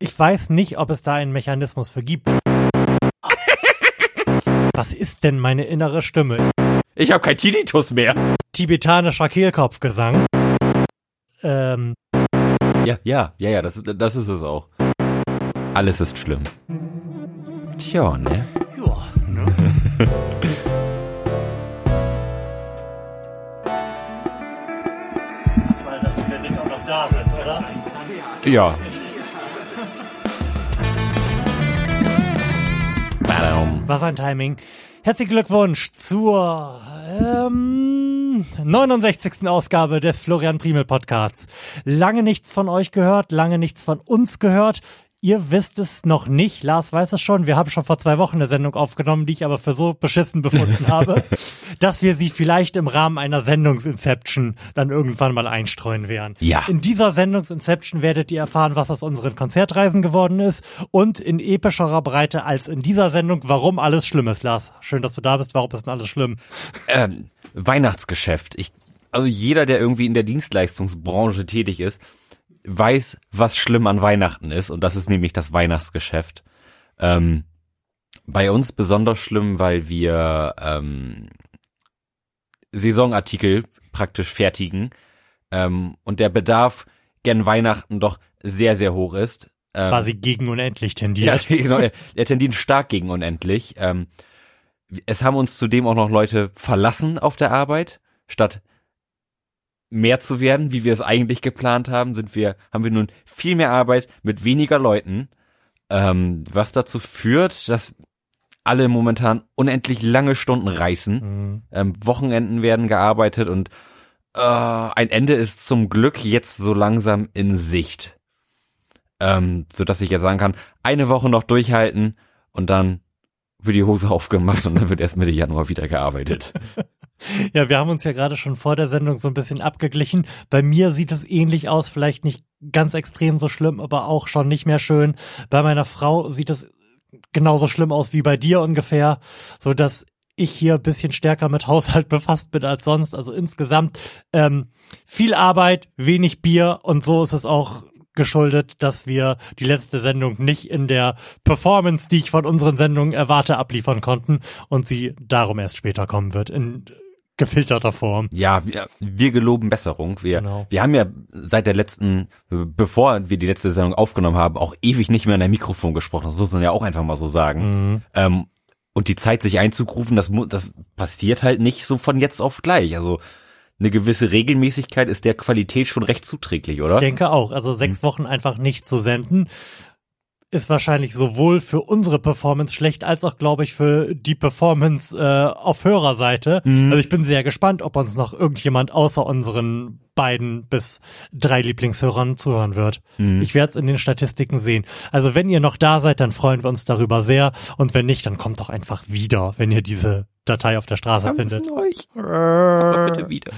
Ich weiß nicht, ob es da einen Mechanismus für gibt. Was ist denn meine innere Stimme? Ich habe kein Tinnitus mehr. Tibetanischer Kehlkopfgesang. Ja, das ist es auch. Alles ist schlimm. Tja, ne? Ja, ne? Weil das wir nicht auch noch da sind, oder? Ja. Was ein Timing. Herzlichen Glückwunsch zur 69. Ausgabe des Florian Primel Podcasts. Lange nichts von euch gehört, lange nichts von uns gehört. Ihr wisst es noch nicht, Lars weiß es schon. Wir haben schon vor 2 Wochen eine Sendung aufgenommen, die ich aber für so beschissen befunden habe, dass wir sie vielleicht im Rahmen einer Sendungsinception dann irgendwann mal einstreuen werden. Ja. In dieser Sendungsinception werdet ihr erfahren, was aus unseren Konzertreisen geworden ist und in epischerer Breite als in dieser Sendung, warum alles schlimm ist. Lars, schön, dass du da bist. Warum ist denn alles schlimm? Weihnachtsgeschäft. Also jeder, der irgendwie in der Dienstleistungsbranche tätig ist, weiß, was schlimm an Weihnachten ist, und das ist nämlich das Weihnachtsgeschäft. Bei uns besonders schlimm, weil wir Saisonartikel praktisch fertigen und der Bedarf gern Weihnachten doch sehr, sehr hoch ist. Quasi gegen unendlich tendiert. Ja, genau, er tendiert stark gegen unendlich. Es haben uns zudem auch noch Leute verlassen auf der Arbeit, statt mehr zu werden, wie wir es eigentlich geplant haben, haben wir nun viel mehr Arbeit mit weniger Leuten, was dazu führt, dass alle momentan unendlich lange Stunden reißen. Wochenenden werden gearbeitet und ein Ende ist zum Glück jetzt so langsam in Sicht. Sodass ich jetzt sagen kann, eine Woche noch durchhalten und dann wird die Hose aufgemacht und dann wird erst Mitte Januar wieder gearbeitet. Ja, wir haben uns ja gerade schon vor der Sendung so ein bisschen abgeglichen. Bei mir sieht es ähnlich aus, vielleicht nicht ganz extrem so schlimm, aber auch schon nicht mehr schön. Bei meiner Frau sieht es genauso schlimm aus wie bei dir ungefähr, so dass ich hier ein bisschen stärker mit Haushalt befasst bin als sonst. Also insgesamt viel Arbeit, wenig Bier, und so ist es auch geschuldet, dass wir die letzte Sendung nicht in der Performance, die ich von unseren Sendungen erwarte, abliefern konnten und sie darum erst später kommen wird, in gefilterter Form. Ja, wir geloben Besserung. Wir haben ja seit bevor wir die letzte Sendung aufgenommen haben, auch ewig nicht mehr in der Mikrofon gesprochen. Das muss man ja auch einfach mal so sagen. Und die Zeit, sich einzugrufen, das passiert halt nicht so von jetzt auf gleich. Also eine gewisse Regelmäßigkeit ist der Qualität schon recht zuträglich, oder? Ich denke auch. Also 6 Wochen einfach nicht zu senden, ist wahrscheinlich sowohl für unsere Performance schlecht, als auch, glaube ich, für die Performance auf Hörerseite. Also ich bin sehr gespannt, ob uns noch irgendjemand außer unseren 2 bis 3 Lieblingshörern zuhören wird. Ich werde es in den Statistiken sehen. Also wenn ihr noch da seid, dann freuen wir uns darüber sehr. Und wenn nicht, dann kommt doch einfach wieder, wenn ihr diese Datei auf der Straße findet. Euch. Aber bitte wieder.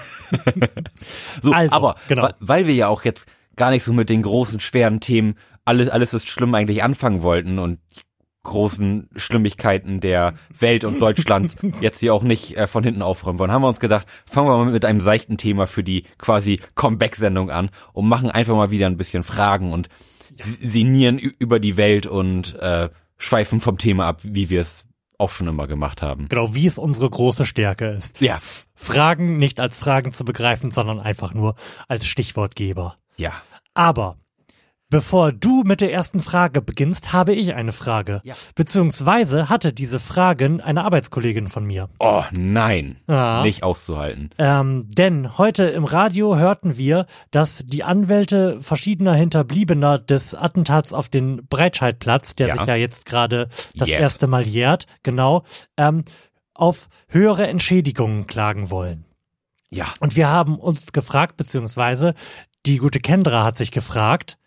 So, also, aber genau. Weil wir ja auch jetzt gar nicht so mit den großen, schweren Themen alles ist schlimm eigentlich anfangen wollten und großen Schlimmigkeiten der Welt und Deutschlands jetzt hier auch nicht von hinten aufräumen wollen, haben wir uns gedacht, fangen wir mal mit einem seichten Thema für die quasi Comeback-Sendung an und machen einfach mal wieder ein bisschen Fragen und sinnieren über die Welt und schweifen vom Thema ab, wie wir es auch schon immer gemacht haben. Genau, wie es unsere große Stärke ist. Ja. Fragen nicht als Fragen zu begreifen, sondern einfach nur als Stichwortgeber. Ja. Aber bevor du mit der ersten Frage beginnst, habe ich eine Frage. Ja. Beziehungsweise hatte diese Fragen eine Arbeitskollegin von mir. Oh nein, Ja. nicht auszuhalten. Denn heute im Radio hörten wir, dass die Anwälte verschiedener Hinterbliebener des Attentats auf den Breitscheidplatz, der sich ja jetzt gerade das erste Mal jährt, genau, auf höhere Entschädigungen klagen wollen. Ja. Und wir haben uns gefragt, beziehungsweise die gute Kendra hat sich gefragt,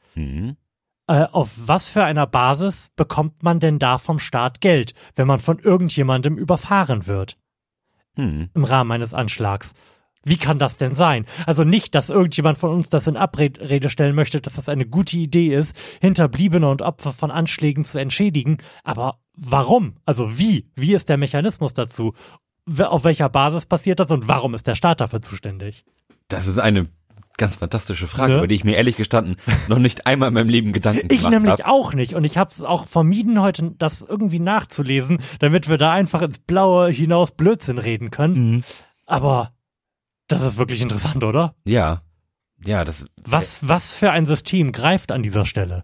auf was für einer Basis bekommt man denn da vom Staat Geld, wenn man von irgendjemandem überfahren wird? Im Rahmen eines Anschlags. Wie kann das denn sein? Also nicht, dass irgendjemand von uns das in Abrede stellen möchte, dass das eine gute Idee ist, Hinterbliebene und Opfer von Anschlägen zu entschädigen. Aber warum? Also wie? Wie ist der Mechanismus dazu? Auf welcher Basis passiert das und warum ist der Staat dafür zuständig? Das ist eine ganz fantastische Frage, Ne? über die ich mir ehrlich gestanden noch nicht einmal in meinem Leben Gedanken gemacht Ich habe. nämlich auch nicht. Und ich habe es auch vermieden, heute das irgendwie nachzulesen, damit wir da einfach ins Blaue hinaus Blödsinn reden können. Mhm. Aber das ist wirklich interessant, oder? Ja, das. Was für ein System greift an dieser Stelle?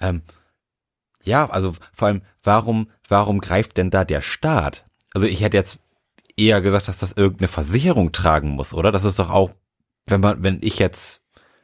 Ja, also vor allem, warum greift denn da der Staat? Also ich hätte jetzt eher gesagt, dass das irgendeine Versicherung tragen muss, oder? Das ist doch auch, wenn ich jetzt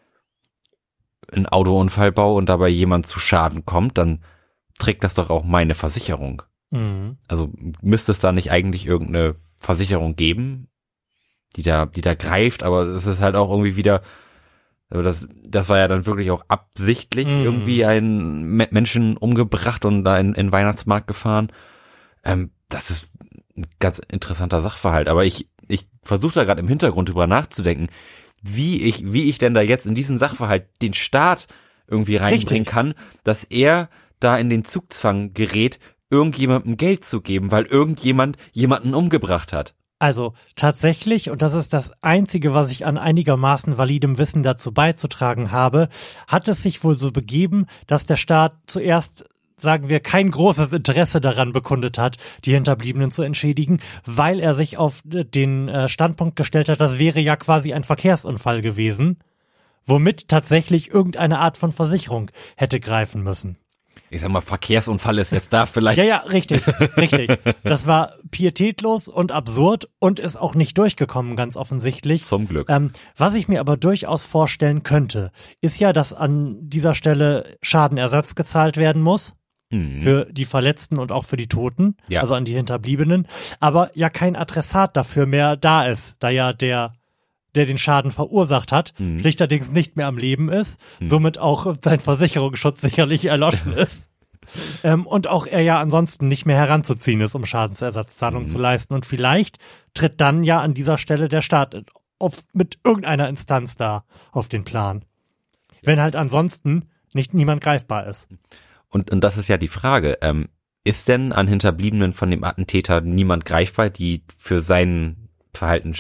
einen Autounfall baue und dabei jemand zu Schaden kommt, dann trägt das doch auch meine Versicherung. Mhm. Also müsste es da nicht eigentlich irgendeine Versicherung geben, die da greift, aber es ist halt auch irgendwie wieder, also das war ja dann wirklich auch absichtlich irgendwie einen Menschen umgebracht und da in den Weihnachtsmarkt gefahren. Das ist ein ganz interessanter Sachverhalt, aber ich versuche da gerade im Hintergrund drüber nachzudenken, wie ich denn da jetzt in diesen Sachverhalt den Staat irgendwie reinbringen kann, dass er da in den Zugzwang gerät, irgendjemandem Geld zu geben, weil irgendjemand jemanden umgebracht hat. Also tatsächlich, und das ist das Einzige, was ich an einigermaßen validem Wissen dazu beizutragen habe, hat es sich wohl so begeben, dass der Staat zuerst, sagen wir, kein großes Interesse daran bekundet hat, die Hinterbliebenen zu entschädigen, weil er sich auf den Standpunkt gestellt hat, das wäre ja quasi ein Verkehrsunfall gewesen, womit tatsächlich irgendeine Art von Versicherung hätte greifen müssen. Ich sag mal, Verkehrsunfall ist jetzt da vielleicht. Ja, richtig. Das war pietätlos und absurd und ist auch nicht durchgekommen, ganz offensichtlich. Zum Glück. Was ich mir aber durchaus vorstellen könnte, ist ja, dass an dieser Stelle Schadenersatz gezahlt werden muss. Für die Verletzten und auch für die Toten, also an die Hinterbliebenen, aber ja kein Adressat dafür mehr da ist, da ja der den Schaden verursacht hat, schlichterdings nicht mehr am Leben ist, somit auch sein Versicherungsschutz sicherlich erloschen ist. Und auch er ja ansonsten nicht mehr heranzuziehen ist, um Schadensersatzzahlungen zu leisten. Und vielleicht tritt dann ja an dieser Stelle der Staat mit irgendeiner Instanz da auf den Plan. Wenn halt ansonsten niemand greifbar ist. Und das ist ja die Frage, ist denn an Hinterbliebenen von dem Attentäter niemand greifbar, die für sein Verhalten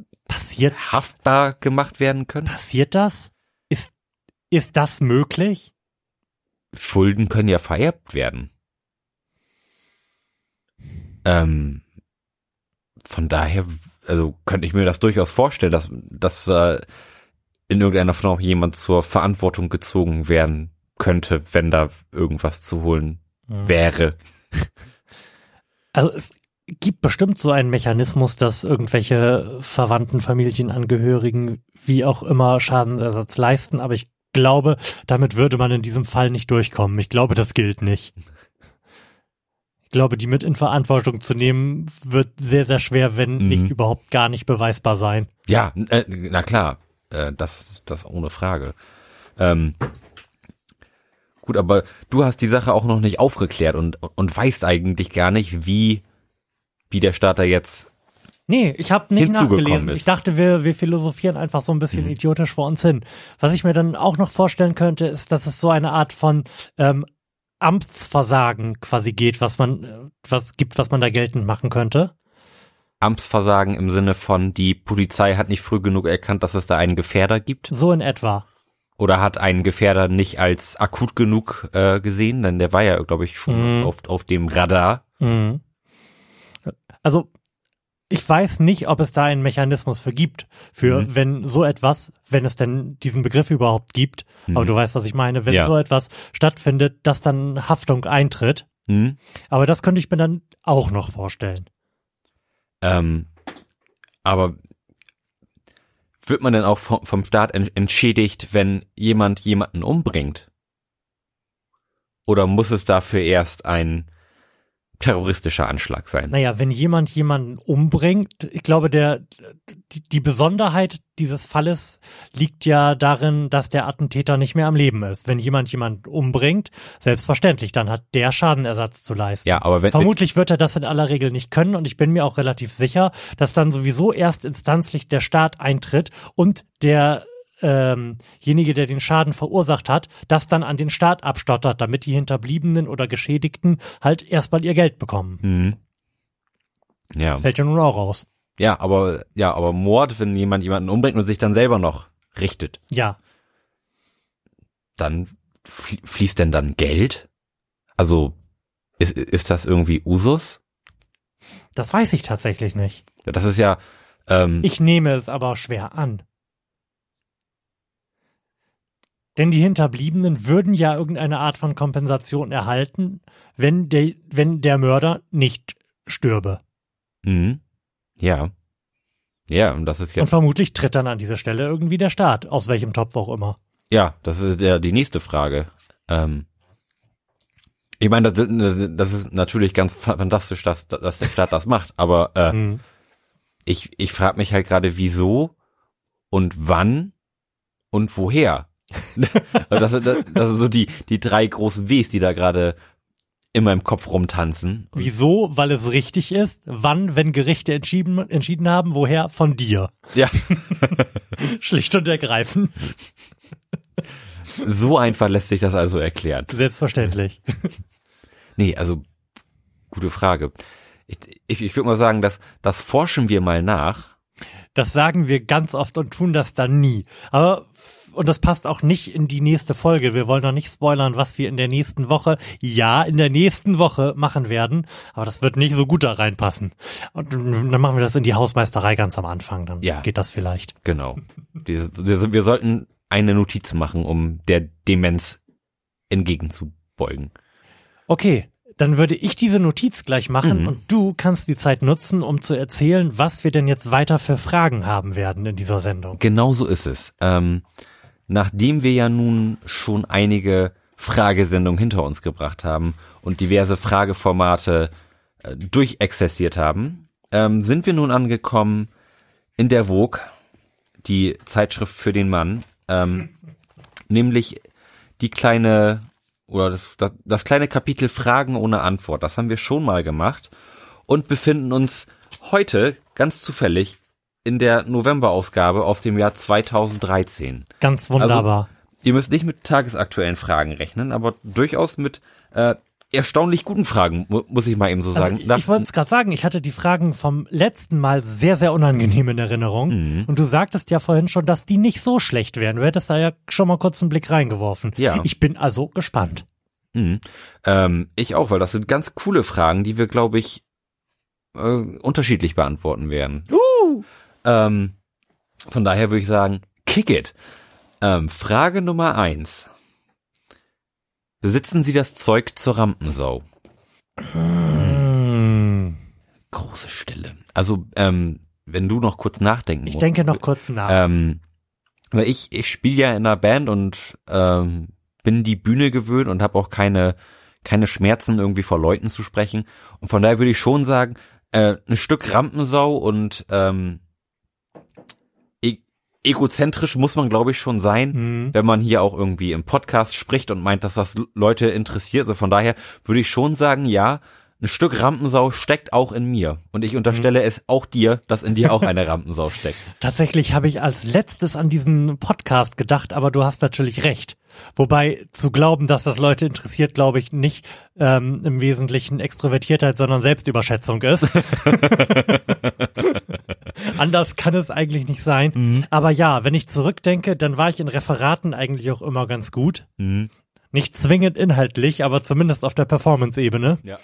haftbar gemacht werden können? Passiert das? Ist das möglich? Schulden können ja vererbt werden. Von daher, also könnte ich mir das durchaus vorstellen, dass in irgendeiner Form auch jemand zur Verantwortung gezogen werden könnte, wenn da irgendwas zu holen wäre. Also es gibt bestimmt so einen Mechanismus, dass irgendwelche Verwandten, Familienangehörigen, wie auch immer, Schadensersatz leisten, aber ich glaube, damit würde man in diesem Fall nicht durchkommen. Ich glaube, das gilt nicht. Ich glaube, die mit in Verantwortung zu nehmen, wird sehr, sehr schwer, wenn nicht überhaupt gar nicht beweisbar sein. Ja, na klar, das ohne Frage. Gut, aber du hast die Sache auch noch nicht aufgeklärt und weißt eigentlich gar nicht, wie der Staat da jetzt Nee, ich habe nicht nachgelesen. ist. Ich dachte, wir philosophieren einfach so ein bisschen idiotisch vor uns hin. Was ich mir dann auch noch vorstellen könnte, ist, dass es so eine Art von Amtsversagen quasi geht, was man da geltend machen könnte. Amtsversagen im Sinne von, die Polizei hat nicht früh genug erkannt, dass es da einen Gefährder gibt? So in etwa. Oder hat einen Gefährder nicht als akut genug gesehen? Denn der war ja, glaube ich, schon auf dem Radar. Also ich weiß nicht, ob es da einen Mechanismus für gibt, wenn es denn diesen Begriff überhaupt gibt, aber du weißt, was ich meine, wenn so etwas stattfindet, dass dann Haftung eintritt. Aber das könnte ich mir dann auch noch vorstellen. Aber wird man denn auch vom Staat entschädigt, wenn jemand jemanden umbringt? Oder muss es dafür erst ein terroristischer Anschlag sein? Naja, wenn jemand jemanden umbringt, ich glaube, die Besonderheit dieses Falles liegt ja darin, dass der Attentäter nicht mehr am Leben ist. Wenn jemand jemanden umbringt, selbstverständlich, dann hat der Schadenersatz zu leisten. Ja, aber vermutlich wird er das in aller Regel nicht können und ich bin mir auch relativ sicher, dass dann sowieso erst instanzlich der Staat eintritt und derjenige, der den Schaden verursacht hat, das dann an den Staat abstottert, damit die Hinterbliebenen oder Geschädigten halt erstmal ihr Geld bekommen. Ja. Das fällt ja nun auch raus. Ja, aber Mord, wenn jemand jemanden umbringt und sich dann selber noch richtet. Ja. Dann fließt denn dann Geld? Also ist das irgendwie Usus? Das weiß ich tatsächlich nicht. Das ist ja Ich nehme es aber schwer an. Denn die Hinterbliebenen würden ja irgendeine Art von Kompensation erhalten, wenn der Mörder nicht stürbe. Mhm. Ja. Ja, und das ist Und vermutlich tritt dann an dieser Stelle irgendwie der Staat, aus welchem Topf auch immer. Ja, das ist ja die nächste Frage. Ich meine, das ist natürlich ganz fantastisch, dass der Staat das macht, aber ich frage mich halt gerade, wieso und wann und woher. Das sind so die drei großen Ws, die da gerade in meinem Kopf rumtanzen. Wieso? Weil es richtig ist. Wann, wenn Gerichte entschieden haben, woher? Von dir. Ja. Schlicht und ergreifend. So einfach lässt sich das also erklären. Selbstverständlich. Nee, also gute Frage. Ich würde mal sagen, das forschen wir mal nach. Das sagen wir ganz oft und tun das dann nie. Und das passt auch nicht in die nächste Folge. Wir wollen noch nicht spoilern, was wir in der nächsten Woche machen werden. Aber das wird nicht so gut da reinpassen. Und dann machen wir das in die Hausmeisterei ganz am Anfang. Dann geht das vielleicht. Genau. Wir sollten eine Notiz machen, um der Demenz entgegenzubeugen. Okay, dann würde ich diese Notiz gleich machen und du kannst die Zeit nutzen, um zu erzählen, was wir denn jetzt weiter für Fragen haben werden in dieser Sendung. Genau so ist es. Nachdem wir ja nun schon einige Fragesendungen hinter uns gebracht haben und diverse Frageformate durchexerziert haben, sind wir nun angekommen in der Vogue, die Zeitschrift für den Mann, nämlich die kleine oder das kleine Kapitel Fragen ohne Antwort. Das haben wir schon mal gemacht und befinden uns heute ganz zufällig in der Novemberausgabe aus dem Jahr 2013. Ganz wunderbar. Also, ihr müsst nicht mit tagesaktuellen Fragen rechnen, aber durchaus mit erstaunlich guten Fragen, muss ich mal eben so sagen. Also ich wollte es gerade sagen, ich hatte die Fragen vom letzten Mal sehr, sehr unangenehm in Erinnerung. Und du sagtest ja vorhin schon, dass die nicht so schlecht wären. Du hättest da ja schon mal kurz einen Blick reingeworfen. Ja. Ich bin also gespannt. Ich auch, weil das sind ganz coole Fragen, die wir, glaube ich, unterschiedlich beantworten werden. Von daher würde ich sagen, kick it. Frage Nummer 1. Besitzen Sie das Zeug zur Rampensau? Große Stille. Also, wenn du noch kurz nachdenken musst. Ich denke noch kurz nach. Weil ich spiele ja in einer Band und bin die Bühne gewöhnt und habe auch keine Schmerzen, irgendwie vor Leuten zu sprechen. Und von daher würde ich schon sagen, ein Stück Rampensau und egozentrisch muss man, glaube ich, schon sein, wenn man hier auch irgendwie im Podcast spricht und meint, dass das Leute interessiert. Also von daher würde ich schon sagen, ja, ein Stück Rampensau steckt auch in mir. Und ich unterstelle es auch dir, dass in dir auch eine Rampensau steckt. Tatsächlich habe ich als letztes an diesen Podcast gedacht, aber du hast natürlich recht. Wobei zu glauben, dass das Leute interessiert, glaube ich, nicht im Wesentlichen Extrovertiertheit, sondern Selbstüberschätzung ist. Anders kann es eigentlich nicht sein. Aber ja, wenn ich zurückdenke, dann war ich in Referaten eigentlich auch immer ganz gut. Nicht zwingend inhaltlich, aber zumindest auf der Performance-Ebene. Ja.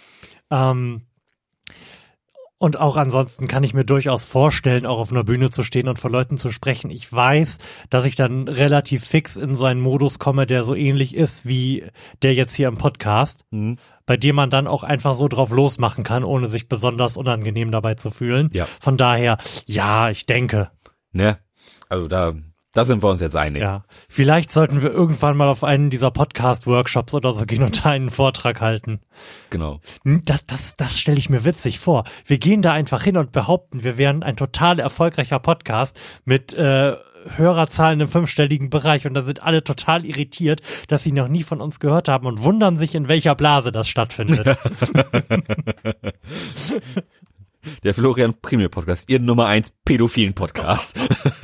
Und auch ansonsten kann ich mir durchaus vorstellen, auch auf einer Bühne zu stehen und vor Leuten zu sprechen. Ich weiß, dass ich dann relativ fix in so einen Modus komme, der so ähnlich ist wie der jetzt hier im Podcast, bei dem man dann auch einfach so drauf losmachen kann, ohne sich besonders unangenehm dabei zu fühlen. Ja. Von daher, ja, ich denke. Ne? Also da sind wir uns jetzt einig. Ja. Vielleicht sollten wir irgendwann mal auf einen dieser Podcast-Workshops oder so gehen und da einen Vortrag halten. Genau. Das stelle ich mir witzig vor. Wir gehen da einfach hin und behaupten, wir wären ein total erfolgreicher Podcast mit Hörerzahlen im 5-stelligen Bereich und da sind alle total irritiert, dass sie noch nie von uns gehört haben und wundern sich, in welcher Blase das stattfindet. Der Florian Primel Podcast, Ihr Nummer 1 pädophilen Podcast.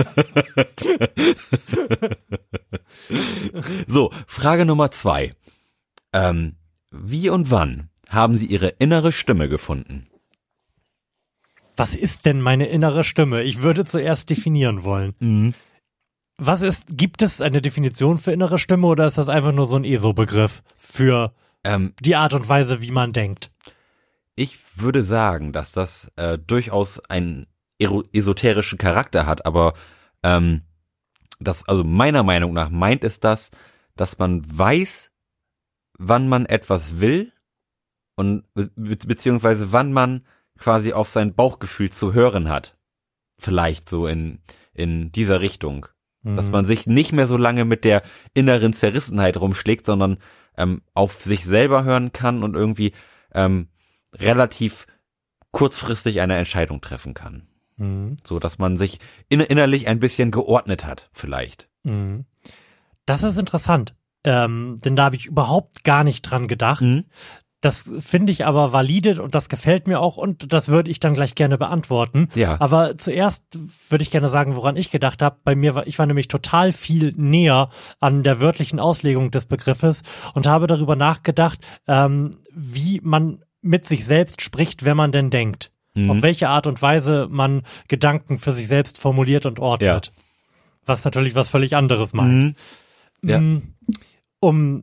So, Frage Nummer 2. Wie und wann haben Sie Ihre innere Stimme gefunden? Was ist denn meine innere Stimme? Ich würde zuerst definieren wollen. gibt es eine Definition für innere Stimme oder ist das einfach nur so ein ESO-Begriff für die Art und Weise, wie man denkt? Ich würde sagen, dass das durchaus einen esoterischen Charakter hat, aber also meiner Meinung nach meint es das, dass man weiß, wann man etwas will und beziehungsweise wann man quasi auf sein Bauchgefühl zu hören hat. Vielleicht so in dieser Richtung. Dass man sich nicht mehr so lange mit der inneren Zerrissenheit rumschlägt, sondern auf sich selber hören kann und irgendwie relativ kurzfristig eine Entscheidung treffen kann. So, dass man sich innerlich ein bisschen geordnet hat, vielleicht. Das ist interessant, denn da habe ich überhaupt gar nicht dran gedacht. Das finde ich aber valide und das gefällt mir auch und das würde ich dann gleich gerne beantworten. Ja. Aber zuerst würde ich gerne sagen, woran ich gedacht habe. Ich war nämlich total viel näher an der wörtlichen Auslegung des Begriffes und habe darüber nachgedacht, wie man mit sich selbst spricht, wenn man denn denkt. Auf welche Art und Weise man Gedanken für sich selbst formuliert und ordnet. Ja. Was natürlich was völlig anderes meint. Ja. Um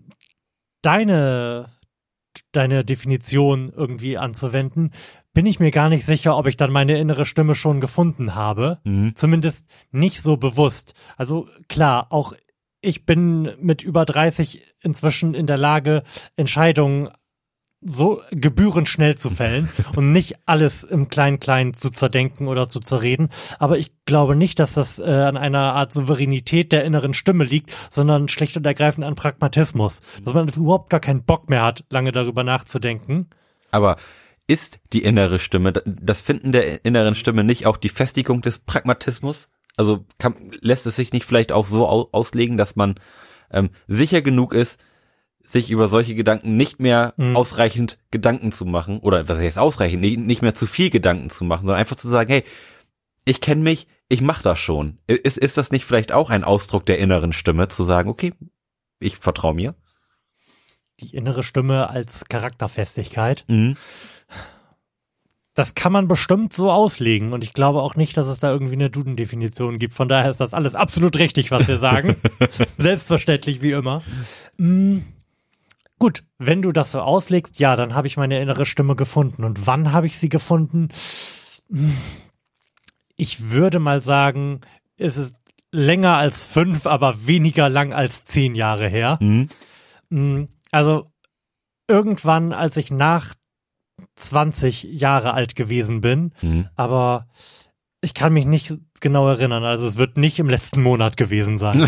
deine Definition irgendwie anzuwenden, bin ich mir gar nicht sicher, ob ich dann meine innere Stimme schon gefunden habe. Zumindest nicht so bewusst. Also klar, auch ich bin mit über 30 inzwischen in der Lage, Entscheidungen so gebührend schnell zu fällen und nicht alles im Klein-Klein zu zerdenken oder zu zerreden. Aber ich glaube nicht, dass das an einer Art Souveränität der inneren Stimme liegt, sondern schlicht und ergreifend an Pragmatismus. Dass man überhaupt gar keinen Bock mehr hat, lange darüber nachzudenken. Aber ist die innere Stimme, das Finden der inneren Stimme nicht auch die Festigung des Pragmatismus? Also lässt es sich nicht vielleicht auch so auslegen, dass man sicher genug ist, sich über solche Gedanken nicht mehr ausreichend Gedanken zu machen, oder was heißt ausreichend, nicht mehr zu viel Gedanken zu machen, sondern einfach zu sagen, hey, ich kenne mich, ich mache das schon. Ist das nicht vielleicht auch ein Ausdruck der inneren Stimme, zu sagen, okay, ich vertraue mir? Die innere Stimme als Charakterfestigkeit. Das kann man bestimmt so auslegen und ich glaube auch nicht, dass es da irgendwie eine Duden-Definition gibt. Von daher ist das alles absolut richtig, was wir sagen. Selbstverständlich wie immer. Gut, wenn du das so auslegst, ja, dann habe ich meine innere Stimme gefunden. Und wann habe ich sie gefunden? Ich würde mal sagen, es ist länger als 5, aber weniger lang als 10 Jahre her. Also irgendwann, als ich nach 20 Jahre alt gewesen bin, aber ich kann mich nicht genau erinnern. Also es wird nicht im letzten Monat gewesen sein.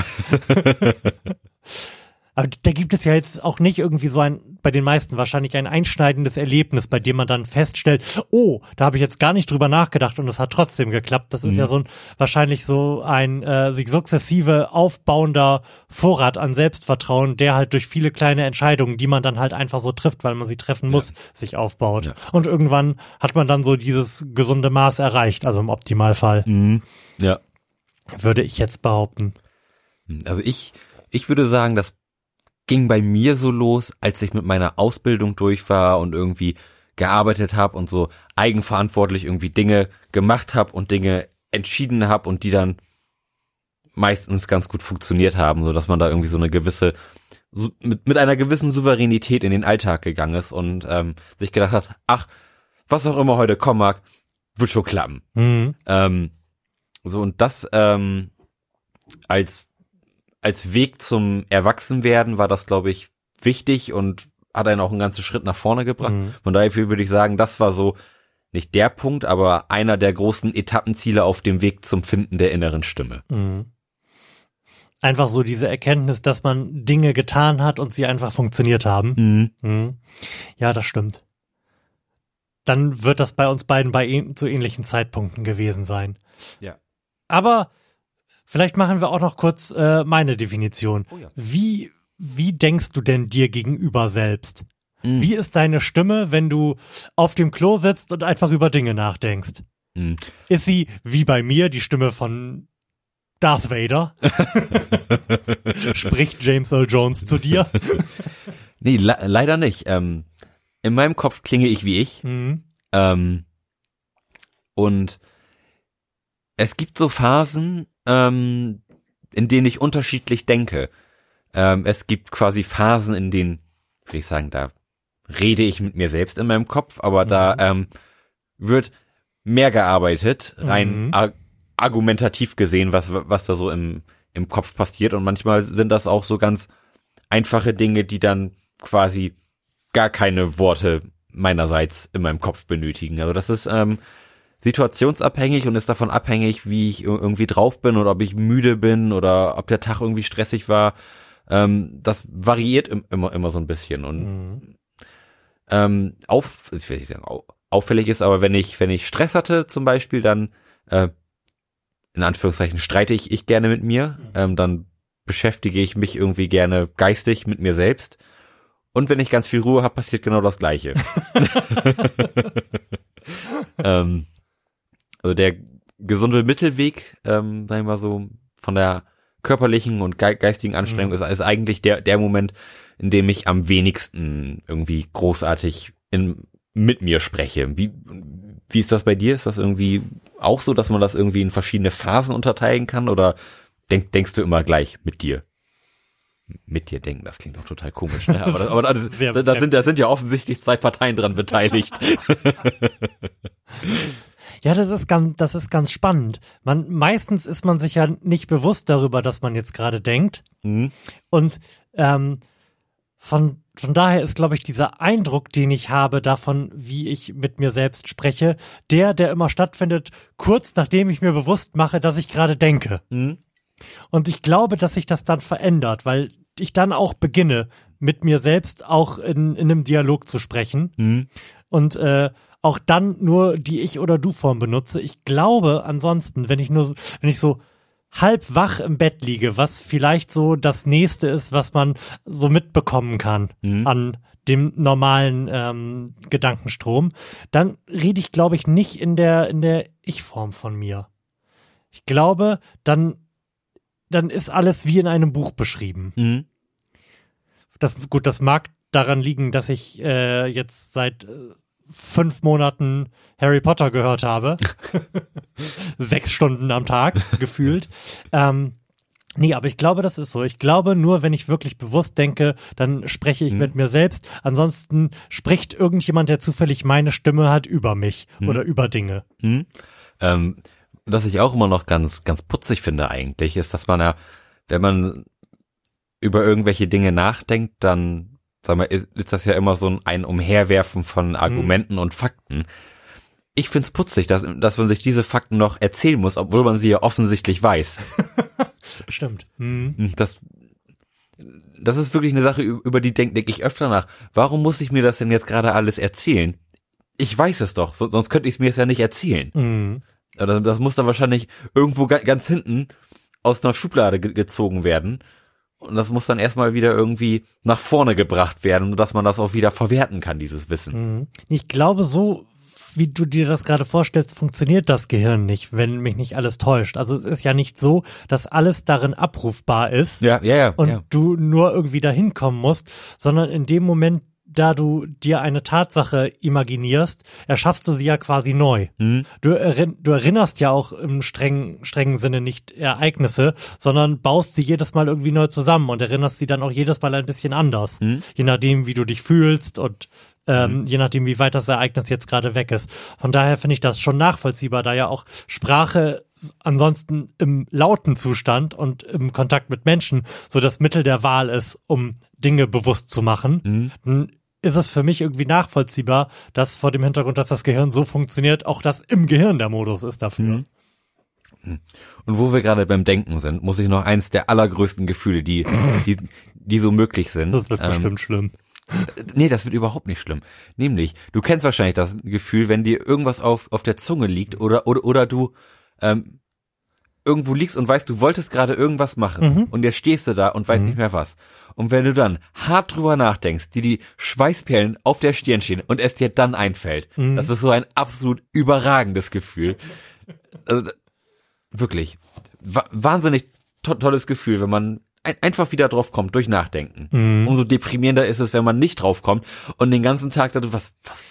Aber da gibt es ja jetzt auch nicht irgendwie so bei den meisten wahrscheinlich ein einschneidendes Erlebnis, bei dem man dann feststellt, oh, da habe ich jetzt gar nicht drüber nachgedacht und es hat trotzdem geklappt. Das ist ja wahrscheinlich so ein sich sukzessive aufbauender Vorrat an Selbstvertrauen, der halt durch viele kleine Entscheidungen, die man dann halt einfach so trifft, weil man sie treffen muss, sich aufbaut. Ja. Und irgendwann hat man dann so dieses gesunde Maß erreicht, also im Optimalfall. Ja. Würde ich jetzt behaupten. Also ich würde sagen, das ging bei mir so los, als ich mit meiner Ausbildung durch war und irgendwie gearbeitet habe und so eigenverantwortlich irgendwie Dinge gemacht habe und Dinge entschieden habe und die dann meistens ganz gut funktioniert haben, so dass man da irgendwie so eine gewisse mit einer gewissen Souveränität in den Alltag gegangen ist und sich gedacht hat, ach, was auch immer heute kommen mag, wird schon klappen. So und das als Weg zum Erwachsenwerden war das, glaube ich, wichtig und hat einen auch einen ganzen Schritt nach vorne gebracht. Von daher würde ich sagen, das war so nicht der Punkt, aber einer der großen Etappenziele auf dem Weg zum Finden der inneren Stimme. Einfach so diese Erkenntnis, dass man Dinge getan hat und sie einfach funktioniert haben. Ja, das stimmt. Dann wird das bei uns beiden zu ähnlichen Zeitpunkten gewesen sein. Ja. Aber vielleicht machen wir auch noch kurz meine Definition. Oh ja. Wie denkst du denn dir gegenüber selbst? Wie ist deine Stimme, wenn du auf dem Klo sitzt und einfach über Dinge nachdenkst? Ist sie, wie bei mir, die Stimme von Darth Vader? Spricht James Earl Jones zu dir? Nee, leider nicht. In meinem Kopf klinge ich wie ich. Und es gibt so Phasen, in denen ich unterschiedlich denke. Es gibt quasi Phasen, in denen, würde ich sagen, da rede ich mit mir selbst in meinem Kopf, aber da wird mehr gearbeitet, rein argumentativ gesehen, was da so im Kopf passiert. Und manchmal sind das auch so ganz einfache Dinge, die dann quasi gar keine Worte meinerseits in meinem Kopf benötigen. Also das ist situationsabhängig und ist davon abhängig, wie ich irgendwie drauf bin oder ob ich müde bin oder ob der Tag irgendwie stressig war. Das variiert immer so ein bisschen. Und ich will nicht sagen, auffällig ist, aber wenn ich Stress hatte zum Beispiel, dann in Anführungszeichen streite ich gerne mit mir, dann beschäftige ich mich irgendwie gerne geistig mit mir selbst. Und wenn ich ganz viel Ruhe habe, passiert genau das Gleiche. Also der gesunde Mittelweg, sagen wir mal so, von der körperlichen und geistigen Anstrengung ist eigentlich der Moment, in dem ich am wenigsten irgendwie großartig mit mir spreche. Wie ist das bei dir? Ist das irgendwie auch so, dass man das irgendwie in verschiedene Phasen unterteilen kann? Oder denkst du immer gleich mit dir? Mit dir denken, das klingt doch total komisch, ne? Aber da sind ja offensichtlich zwei Parteien dran beteiligt. Ja, das ist ganz spannend. Meistens ist man sich ja nicht bewusst darüber, dass man jetzt gerade denkt. Und von daher ist, glaube ich, dieser Eindruck, den ich habe davon, wie ich mit mir selbst spreche, der immer stattfindet, kurz nachdem ich mir bewusst mache, dass ich gerade denke. Und ich glaube, dass sich das dann verändert, weil ich dann auch beginne, mit mir selbst auch in einem Dialog zu sprechen. Und auch dann nur die Ich- oder Du-Form benutze. Ich glaube ansonsten, wenn ich so halb wach im Bett liege, was vielleicht so das Nächste ist, was man so mitbekommen kann an dem normalen Gedankenstrom, dann rede ich, glaube ich, nicht in der Ich-Form von mir. Ich glaube, dann ist alles wie in einem Buch beschrieben. Das mag daran liegen, dass ich jetzt seit 5 Monaten Harry Potter gehört habe. 6 Stunden am Tag gefühlt. Nee, aber ich glaube, das ist so. Ich glaube, nur wenn ich wirklich bewusst denke, dann spreche ich mit mir selbst. Ansonsten spricht irgendjemand, der zufällig meine Stimme hat, über mich oder über Dinge. Was ich auch immer noch ganz, ganz putzig finde eigentlich, ist, dass man ja, wenn man über irgendwelche Dinge nachdenkt, dann sag mal, ist das ja immer so ein Umherwerfen von Argumenten und Fakten. Ich find's putzig, dass man sich diese Fakten noch erzählen muss, obwohl man sie ja offensichtlich weiß. Stimmt. Das ist wirklich eine Sache, über die denke ich öfter nach. Warum muss ich mir das denn jetzt gerade alles erzählen? Ich weiß es doch, sonst könnte ich es mir jetzt ja nicht erzählen. Das muss dann wahrscheinlich irgendwo ganz hinten aus einer Schublade gezogen werden. Und das muss dann erstmal wieder irgendwie nach vorne gebracht werden, dass man das auch wieder verwerten kann, dieses Wissen. Ich glaube, so wie du dir das gerade vorstellst, funktioniert das Gehirn nicht, wenn mich nicht alles täuscht. Also es ist ja nicht so, dass alles darin abrufbar ist und du nur irgendwie dahin kommen musst, sondern in dem Moment, da du dir eine Tatsache imaginierst, erschaffst du sie ja quasi neu. Du erinnerst ja auch im strengen Sinne nicht Ereignisse, sondern baust sie jedes Mal irgendwie neu zusammen und erinnerst sie dann auch jedes Mal ein bisschen anders. Je nachdem, wie du dich fühlst und je nachdem, wie weit das Ereignis jetzt gerade weg ist. Von daher finde ich das schon nachvollziehbar, da ja auch Sprache ansonsten im lauten Zustand und im Kontakt mit Menschen so das Mittel der Wahl ist, um Dinge bewusst zu machen. Dann ist es für mich irgendwie nachvollziehbar, dass vor dem Hintergrund, dass das Gehirn so funktioniert, auch das im Gehirn der Modus ist dafür. Und wo wir gerade beim Denken sind, muss ich noch eins der allergrößten Gefühle, die so möglich sind. Das wird bestimmt schlimm. Nee, das wird überhaupt nicht schlimm. Nämlich, du kennst wahrscheinlich das Gefühl, wenn dir irgendwas auf der Zunge liegt oder du irgendwo liegst und weißt, du wolltest gerade irgendwas machen und jetzt stehst du da und weißt nicht mehr was. Und wenn du dann hart drüber nachdenkst, dir die Schweißperlen auf der Stirn stehen und es dir dann einfällt, das ist so ein absolut überragendes Gefühl. Also, wirklich, wahnsinnig tolles Gefühl, wenn man einfach wieder drauf kommt durch Nachdenken. Umso deprimierender ist es, wenn man nicht drauf kommt und den ganzen Tag da was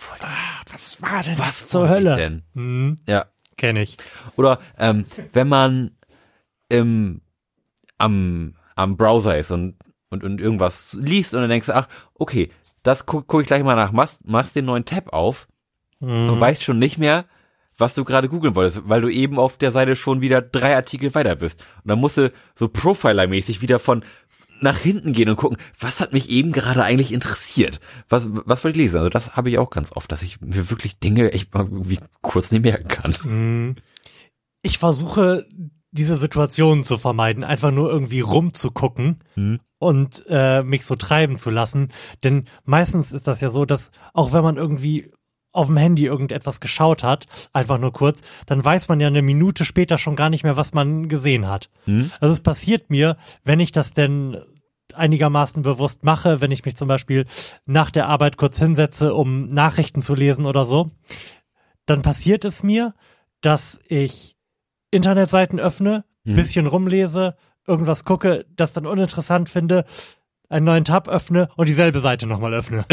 war denn was zur Hölle? Denn? Ja. Kenn ich. Oder wenn man im am Browser ist und irgendwas liest und dann denkst du, ach, okay, das guck ich gleich mal nach, machst den neuen Tab auf und weißt schon nicht mehr, was du gerade googeln wolltest, weil du eben auf der Seite schon wieder 3 Artikel weiter bist. Und dann musst du so Profiler-mäßig wieder von nach hinten gehen und gucken, was hat mich eben gerade eigentlich interessiert? Was wollte ich lesen? Also das habe ich auch ganz oft, dass ich mir wirklich Dinge echt mal irgendwie kurz nicht merken kann. Ich versuche, diese Situation zu vermeiden, einfach nur irgendwie rumzugucken und mich so treiben zu lassen. Denn meistens ist das ja so, dass auch wenn man irgendwie auf dem Handy irgendetwas geschaut hat, einfach nur kurz, dann weiß man ja eine Minute später schon gar nicht mehr, was man gesehen hat. Also es passiert mir, wenn ich das denn einigermaßen bewusst mache, wenn ich mich zum Beispiel nach der Arbeit kurz hinsetze, um Nachrichten zu lesen oder so, dann passiert es mir, dass ich Internetseiten öffne, bisschen rumlese, irgendwas gucke, das dann uninteressant finde, einen neuen Tab öffne und dieselbe Seite nochmal öffne.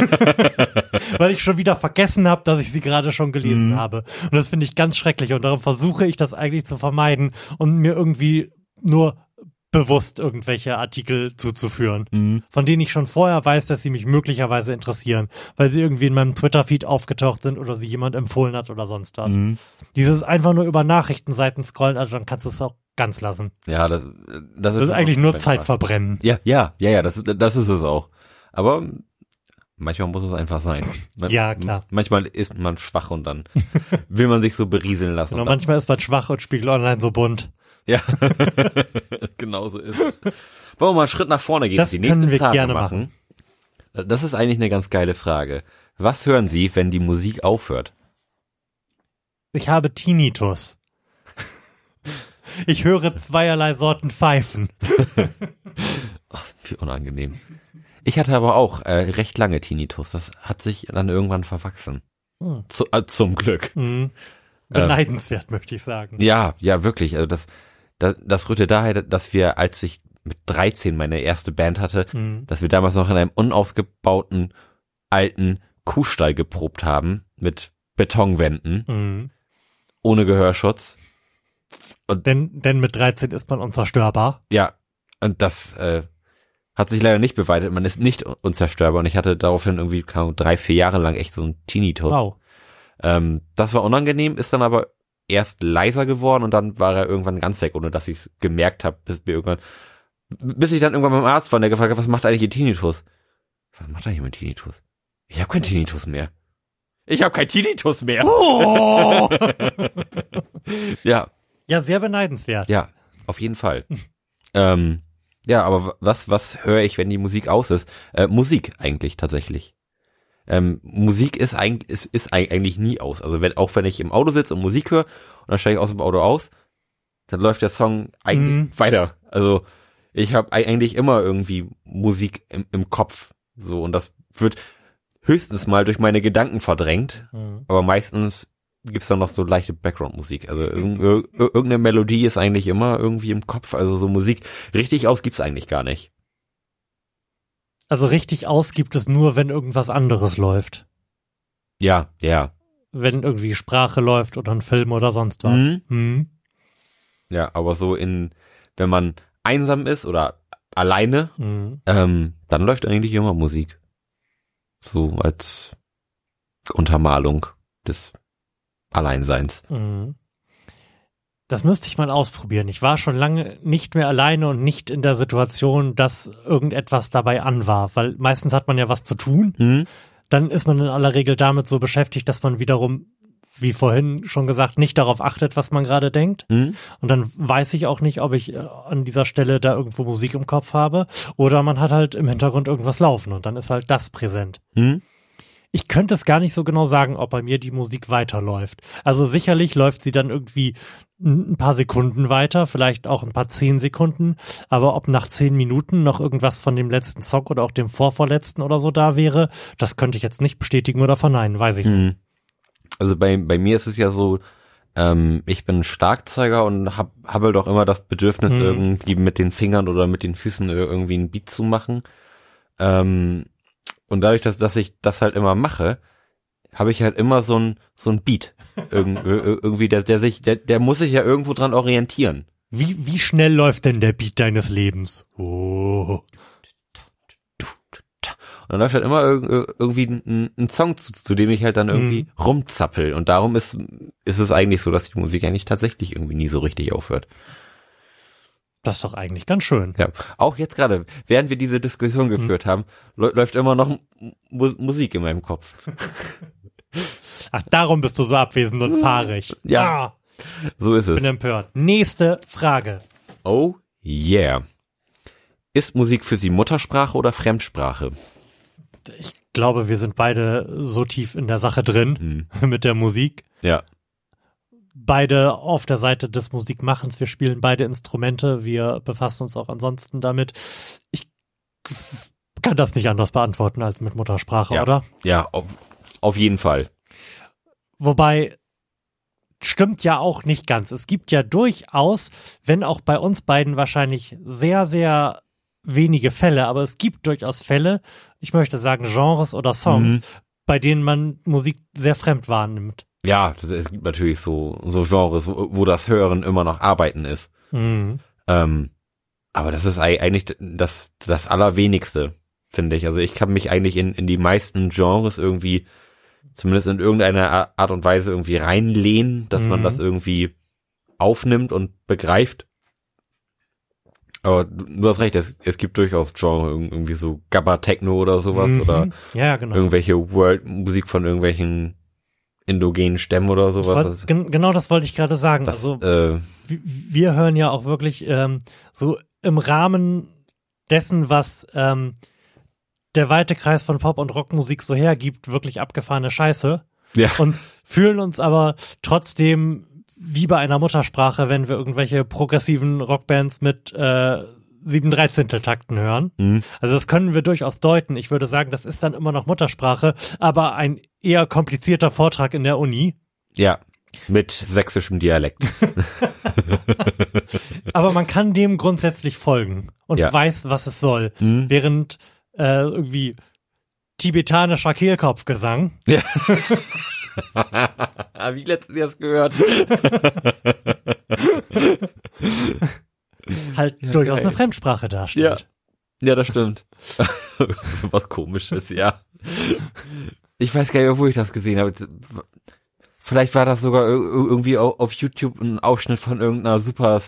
Weil ich schon wieder vergessen habe, dass ich sie gerade schon gelesen habe. Und das finde ich ganz schrecklich und darum versuche ich das eigentlich zu vermeiden und mir irgendwie nur bewusst irgendwelche Artikel zuzuführen, von denen ich schon vorher weiß, dass sie mich möglicherweise interessieren, weil sie irgendwie in meinem Twitter-Feed aufgetaucht sind oder sie jemand empfohlen hat oder sonst was. Dieses einfach nur über Nachrichtenseiten scrollen, also dann kannst du es auch ganz lassen. Ja, das ist eigentlich nur Zeit verbrennen. Ja, das ist es auch. Aber manchmal muss es einfach sein. Ja, klar. Manchmal ist man schwach und dann will man sich so berieseln lassen. Genau, manchmal ist man schwach und Spiegel Online so bunt. Ja, genau so ist es. Wollen wir mal einen Schritt nach vorne gehen? Das die nächste können wir Frage gerne machen. Das ist eigentlich eine ganz geile Frage. Was hören Sie, wenn die Musik aufhört? Ich habe Tinnitus. Ich höre zweierlei Sorten Pfeifen. Wie unangenehm. Ich hatte aber auch recht lange Tinnitus. Das hat sich dann irgendwann verwachsen. Zum Glück. Beneidenswert, möchte ich sagen. Ja, wirklich. Also das rührte daher, dass wir, als ich mit 13 meine erste Band hatte, dass wir damals noch in einem unausgebauten alten Kuhstall geprobt haben mit Betonwänden, ohne Gehörschutz. Und denn mit 13 ist man unzerstörbar. Ja, und das hat sich leider nicht bewahrheitet. Man ist nicht unzerstörbar und ich hatte daraufhin irgendwie 3-4 Jahre lang echt so einen Tinnitus. Wow. Das war unangenehm, ist dann aber erst leiser geworden und dann war er irgendwann ganz weg, ohne dass ich es gemerkt habe, bis ich dann irgendwann beim Arzt war und der gefragt hat, was macht eigentlich Ihr Tinnitus? Was macht eigentlich mein Tinnitus? Ich habe keinen Tinnitus mehr. Ich habe keinen Tinnitus mehr. Oh! Ja. Ja, sehr beneidenswert. Ja, auf jeden Fall. Ja, aber was höre ich, wenn die Musik aus ist? Musik eigentlich tatsächlich. Musik ist eigentlich nie aus. Also wenn ich im Auto sitze und Musik höre und dann steige ich aus dem Auto aus, dann läuft der Song eigentlich weiter. Also ich habe eigentlich immer irgendwie Musik im Kopf. So, und das wird höchstens mal durch meine Gedanken verdrängt, aber meistens gibt's dann noch so leichte Background-Musik. Also irgendeine Melodie ist eigentlich immer irgendwie im Kopf. Also so Musik richtig aus gibt's eigentlich gar nicht. Also richtig aus gibt es nur, wenn irgendwas anderes läuft. Ja. Wenn irgendwie Sprache läuft oder ein Film oder sonst was. Ja, aber so wenn man einsam ist oder alleine, dann läuft eigentlich immer Musik. So als Untermalung des Alleinseins. Das müsste ich mal ausprobieren. Ich war schon lange nicht mehr alleine und nicht in der Situation, dass irgendetwas dabei an war, weil meistens hat man ja was zu tun. Dann ist man in aller Regel damit so beschäftigt, dass man wiederum, wie vorhin schon gesagt, nicht darauf achtet, was man gerade denkt. Und dann weiß ich auch nicht, ob ich an dieser Stelle da irgendwo Musik im Kopf habe oder man hat halt im Hintergrund irgendwas laufen und dann ist halt das präsent. Ich könnte es gar nicht so genau sagen, ob bei mir die Musik weiterläuft. Also sicherlich läuft sie dann irgendwie ein paar Sekunden weiter, vielleicht auch ein paar 10 Sekunden, aber ob nach 10 Minuten noch irgendwas von dem letzten Song oder auch dem vorvorletzten oder so da wäre, das könnte ich jetzt nicht bestätigen oder verneinen, weiß ich nicht. Also bei mir ist es ja so, ich bin Schlagzeuger und hab halt auch immer das Bedürfnis, irgendwie mit den Fingern oder mit den Füßen irgendwie einen Beat zu machen. Und dadurch, dass ich das halt immer mache, habe ich halt immer so ein Beat. Irgendwie, der muss sich ja irgendwo dran orientieren. Wie schnell läuft denn der Beat deines Lebens? Oh. Und dann läuft halt immer irgendwie ein Song, zu dem ich halt dann irgendwie rumzappel. Und darum ist es eigentlich so, dass die Musik eigentlich tatsächlich irgendwie nie so richtig aufhört. Das ist doch eigentlich ganz schön. Ja, auch jetzt gerade, während wir diese Diskussion geführt haben, läuft immer noch Musik in meinem Kopf. Ach, darum bist du so abwesend und fahrig. Ja, so ist es. Bin empört. Nächste Frage. Oh yeah. Ist Musik für Sie Muttersprache oder Fremdsprache? Ich glaube, wir sind beide so tief in der Sache drin mit der Musik. Ja. Beide auf der Seite des Musikmachens. Wir spielen beide Instrumente. Wir befassen uns auch ansonsten damit. Ich kann das nicht anders beantworten als mit Muttersprache, Ja. oder? Ja, auf jeden Fall. Wobei, stimmt ja auch nicht ganz. Es gibt ja durchaus, wenn auch bei uns beiden wahrscheinlich sehr, sehr wenige Fälle, aber es gibt durchaus Fälle, ich möchte sagen Genres oder Songs, bei denen man Musik sehr fremd wahrnimmt. Ja, es gibt natürlich so Genres, wo das Hören immer noch Arbeiten ist. Aber das ist eigentlich das Allerwenigste, finde ich. Also ich kann mich eigentlich in die meisten Genres irgendwie, zumindest in irgendeiner Art und Weise irgendwie reinlehnen, dass man das irgendwie aufnimmt und begreift. Aber du hast recht, es gibt durchaus Genre, irgendwie so Gabba-Techno oder sowas oder Ja, genau. irgendwelche Musik von irgendwelchen indogenen Stämmen oder sowas. Genau das wollte ich gerade sagen. Das, Also wir hören ja auch wirklich so im Rahmen dessen, was der weite Kreis von Pop- und Rockmusik so hergibt, wirklich abgefahrene Scheiße. Ja. Und fühlen uns aber trotzdem wie bei einer Muttersprache, wenn wir irgendwelche progressiven Rockbands mit 7/13-Takten hören. Also das können wir durchaus deuten. Ich würde sagen, das ist dann immer noch Muttersprache, aber ein eher komplizierter Vortrag in der Uni. Ja, mit sächsischem Dialekt. Aber man kann dem grundsätzlich folgen und weiß, was es soll. Während irgendwie tibetanischer Kehlkopfgesang Ja. Hab ich letztens erst gehört. halt durchaus eine Fremdsprache darstellt. Ja, das stimmt. So was Komisches, ja. Ich weiß gar nicht mehr, wo ich das gesehen habe. Vielleicht war das sogar irgendwie auf YouTube ein Ausschnitt von irgendeiner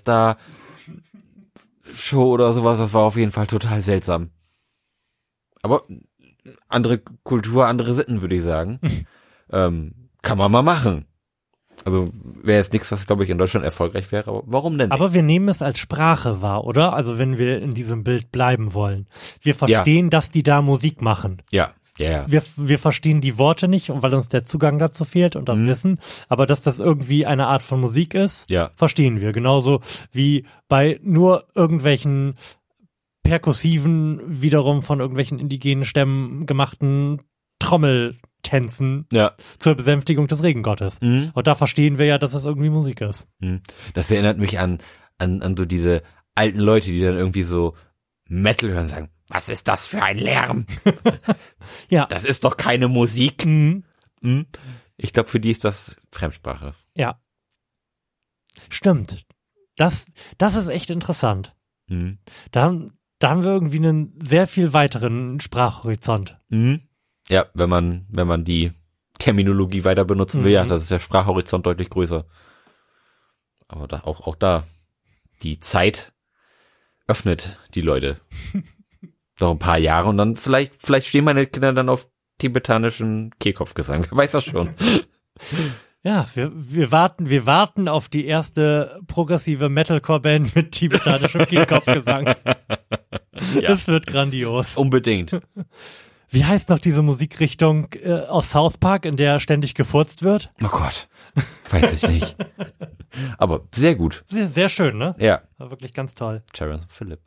Superstar-Show oder sowas. Das war auf jeden Fall total seltsam. Aber andere Kultur, andere Sitten, würde ich sagen. Kann man mal machen. Also wäre jetzt nichts, was, glaube ich, in Deutschland erfolgreich wäre, aber warum denn nicht? Aber wir nehmen es als Sprache wahr, oder? Also wenn wir in diesem Bild bleiben wollen. Wir verstehen, dass die da Musik machen. Ja. Wir verstehen die Worte nicht, weil uns der Zugang dazu fehlt und das Wissen. Aber dass das irgendwie eine Art von Musik ist, verstehen wir. Genauso wie bei nur irgendwelchen perkussiven, wiederum von irgendwelchen indigenen Stämmen gemachten Trommeltänzen zur Besänftigung des Regengottes. Und da verstehen wir ja, dass es irgendwie Musik ist. Das erinnert mich an so diese alten Leute, die dann irgendwie so Metal hören und sagen, was ist das für ein Lärm? Ja. Das ist doch keine Musik. Ich glaube, für die ist das Fremdsprache. Ja. Stimmt. Das ist echt interessant. Da haben wir irgendwie einen sehr viel weiteren Sprachhorizont. Ja, wenn man die Terminologie weiter benutzen will, das ist der Sprachhorizont deutlich größer. Aber auch da, die Zeit öffnet die Leute. Noch ein paar Jahre und dann vielleicht stehen meine Kinder dann auf tibetanischen Kehlkopfgesang. Wer weiß das schon. Ja, wir warten auf die erste progressive Metalcore-Band mit tibetanischem Kehlkopfgesang. Das wird grandios. Unbedingt. Wie heißt noch diese Musikrichtung aus South Park, in der ständig gefurzt wird? Oh Gott, weiß ich nicht. Aber sehr gut. Sehr, sehr schön, ne? Ja. War wirklich ganz toll. Terence Phillip.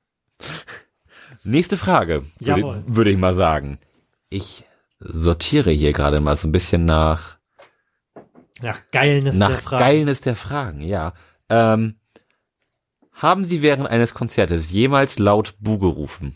Nächste Frage, würde ich mal sagen. Ich sortiere hier gerade mal so ein bisschen nach Geilnis der Fragen. Geilnis der Fragen, ja. Haben Sie während eines Konzertes jemals laut Buh gerufen?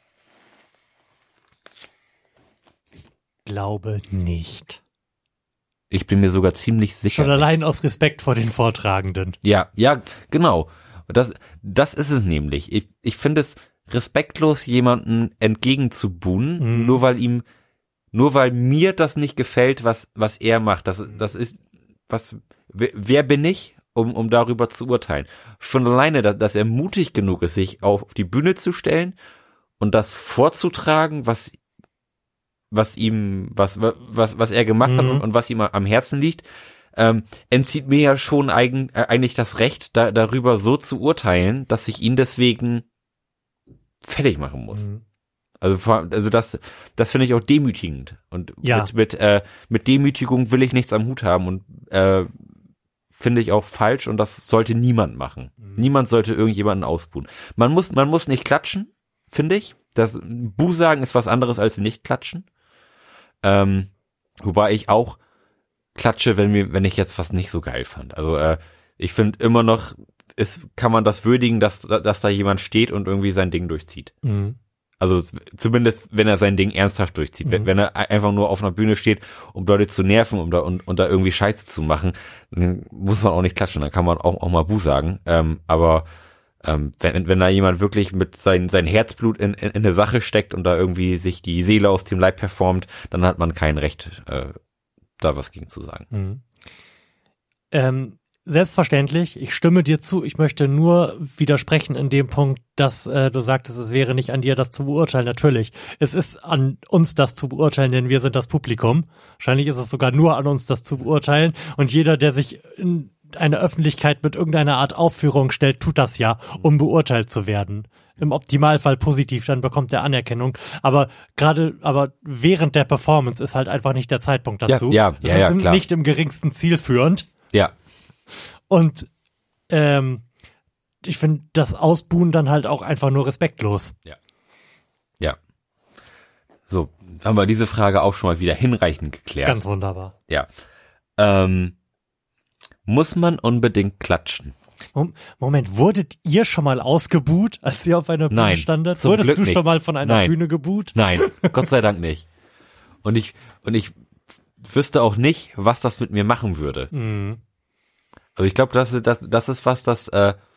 Glaube nicht. Ich bin mir sogar ziemlich sicher. Schon allein aus Respekt vor den Vortragenden. Ja, genau. Das ist es nämlich. Ich finde es respektlos, jemanden entgegenzubuhen, nur weil mir das nicht gefällt, was er macht. Das ist, wer bin ich, um darüber zu urteilen? Schon alleine, dass er mutig genug ist, sich auf die Bühne zu stellen und das vorzutragen, was er gemacht hat und was ihm am Herzen liegt, entzieht mir ja schon eigentlich das Recht, darüber so zu urteilen, dass ich ihn deswegen fertig machen muss. Also das finde ich auch demütigend. Und mit Demütigung will ich nichts am Hut haben und finde ich auch falsch und das sollte niemand machen. Niemand sollte irgendjemanden ausbuhen. Man muss nicht klatschen, finde ich. Das Buh sagen ist was anderes als nicht klatschen. Wobei ich auch klatsche, wenn ich jetzt was nicht so geil fand. Also ich finde immer noch, kann man das würdigen, dass da jemand steht und irgendwie sein Ding durchzieht. Also zumindest, wenn er sein Ding ernsthaft durchzieht. Wenn er einfach nur auf einer Bühne steht, um Leute zu nerven, um da irgendwie Scheiße zu machen, dann muss man auch nicht klatschen. Dann kann man auch mal Buh sagen. Aber wenn da jemand wirklich mit sein Herzblut in eine Sache steckt und da irgendwie sich die Seele aus dem Leib performt, dann hat man kein Recht, da was gegen zu sagen. Selbstverständlich, ich stimme dir zu, ich möchte nur widersprechen in dem Punkt, dass du sagtest, es wäre nicht an dir, das zu beurteilen. Natürlich, es ist an uns, das zu beurteilen, denn wir sind das Publikum. Wahrscheinlich ist es sogar nur an uns, das zu beurteilen. Und jeder, der sich in eine Öffentlichkeit mit irgendeiner Art Aufführung stellt, tut das ja, um beurteilt zu werden. Im Optimalfall positiv, dann bekommt er Anerkennung. Aber während der Performance ist halt einfach nicht der Zeitpunkt dazu. Ja, klar. Nicht im geringsten zielführend. Ja. Und ich finde das Ausbuhen dann halt auch einfach nur respektlos. Ja. So, haben wir diese Frage auch schon mal wieder hinreichend geklärt. Ganz wunderbar. Ja. Muss man unbedingt klatschen? Moment, wurdet ihr schon mal ausgebuht, als ihr auf einer Bühne standet? Wurdest du schon mal von einer Bühne gebuht? Nein, Gott sei Dank nicht. Und ich wüsste auch nicht, was das mit mir machen würde. Also ich glaube, das ist was, das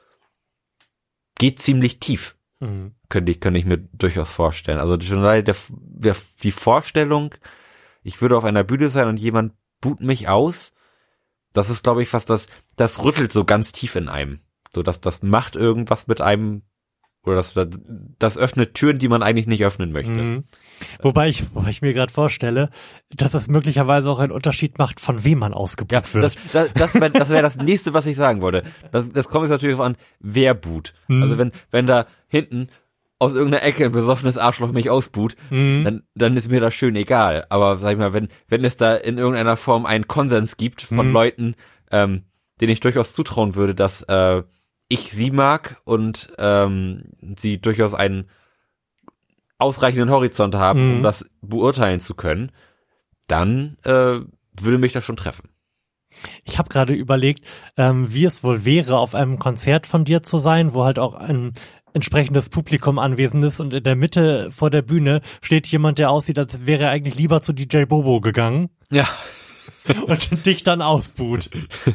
geht ziemlich tief. Könnte ich mir durchaus vorstellen. Also schon alleine die Vorstellung, ich würde auf einer Bühne sein und jemand buht mich aus, das ist, glaube ich, was das rüttelt so ganz tief in einem. So, das macht irgendwas mit einem, oder das öffnet Türen, die man eigentlich nicht öffnen möchte. Wobei ich mir gerade vorstelle, dass es möglicherweise auch einen Unterschied macht, von wem man ausgebuht wird. Das wäre das nächste, was ich sagen wollte. Das kommt jetzt natürlich an, wer buht. Also wenn da hinten aus irgendeiner Ecke ein besoffenes Arschloch mich ausbuht, dann ist mir das schön egal. Aber sag ich mal, wenn es da in irgendeiner Form einen Konsens gibt von Leuten, denen ich durchaus zutrauen würde, dass ich sie mag und sie durchaus einen ausreichenden Horizont haben, um das beurteilen zu können, dann würde mich das schon treffen. Ich habe gerade überlegt, wie es wohl wäre, auf einem Konzert von dir zu sein, wo halt auch ein entsprechendes Publikum anwesend ist und in der Mitte vor der Bühne steht jemand, der aussieht, als wäre er eigentlich lieber zu DJ Bobo gegangen. Ja. Und dich dann ausbuht.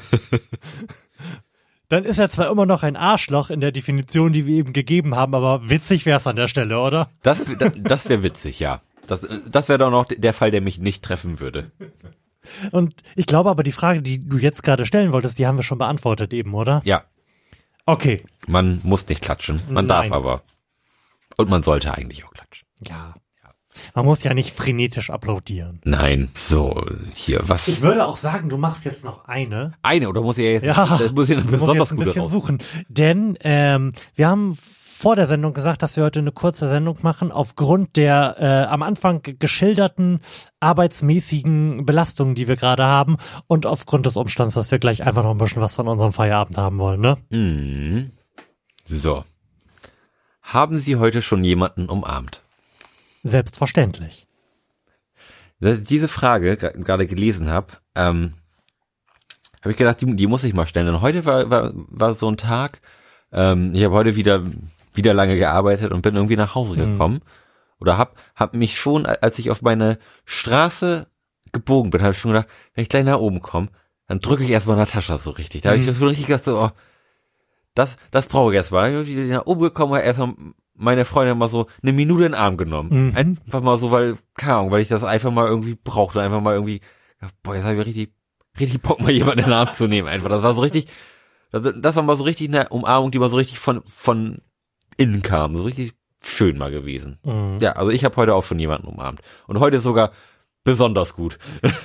Dann ist er zwar immer noch ein Arschloch in der Definition, die wir eben gegeben haben, aber witzig wär's an der Stelle, oder? Das wäre witzig, ja. Das wäre doch noch der Fall, der mich nicht treffen würde. Und ich glaube aber, die Frage, die du jetzt gerade stellen wolltest, die haben wir schon beantwortet eben, oder? Ja. Okay. Man muss nicht klatschen, man darf aber. Und man sollte eigentlich auch klatschen. Ja. Man muss ja nicht frenetisch applaudieren. Nein, so, hier, was? Ich würde auch sagen, du machst jetzt noch eine. Eine, oder muss ich jetzt eine besonders gute bisschen suchen. Denn wir haben vor der Sendung gesagt, dass wir heute eine kurze Sendung machen, aufgrund der am Anfang geschilderten arbeitsmäßigen Belastungen, die wir gerade haben und aufgrund des Umstands, dass wir gleich einfach noch ein bisschen was von unserem Feierabend haben wollen, ne? So. Haben Sie heute schon jemanden umarmt? Selbstverständlich. Als ich diese Frage gerade gelesen habe, habe ich gedacht, die muss ich mal stellen. Denn heute war so ein Tag, ich habe heute wieder lange gearbeitet und bin irgendwie nach Hause gekommen. Oder hab mich schon, als ich auf meine Straße gebogen bin, habe ich schon gedacht, wenn ich gleich nach oben komme, dann drücke ich erstmal Natascha so richtig. Da habe ich so richtig gedacht, so, Das brauche ich erstmal. Ich bin nach oben gekommen, habe erstmal meine Freundin mal so eine Minute in den Arm genommen. Einfach mal so, weil, keine Ahnung, weil ich das einfach mal irgendwie brauchte. Einfach mal irgendwie, boah, jetzt habe ich richtig Bock, mal jemanden in den Arm zu nehmen. Einfach, das war so richtig, das war mal so richtig eine Umarmung, die mal so richtig von innen kam. So richtig schön mal gewesen. Ja, also ich habe heute auch schon jemanden umarmt. Und heute sogar besonders gut.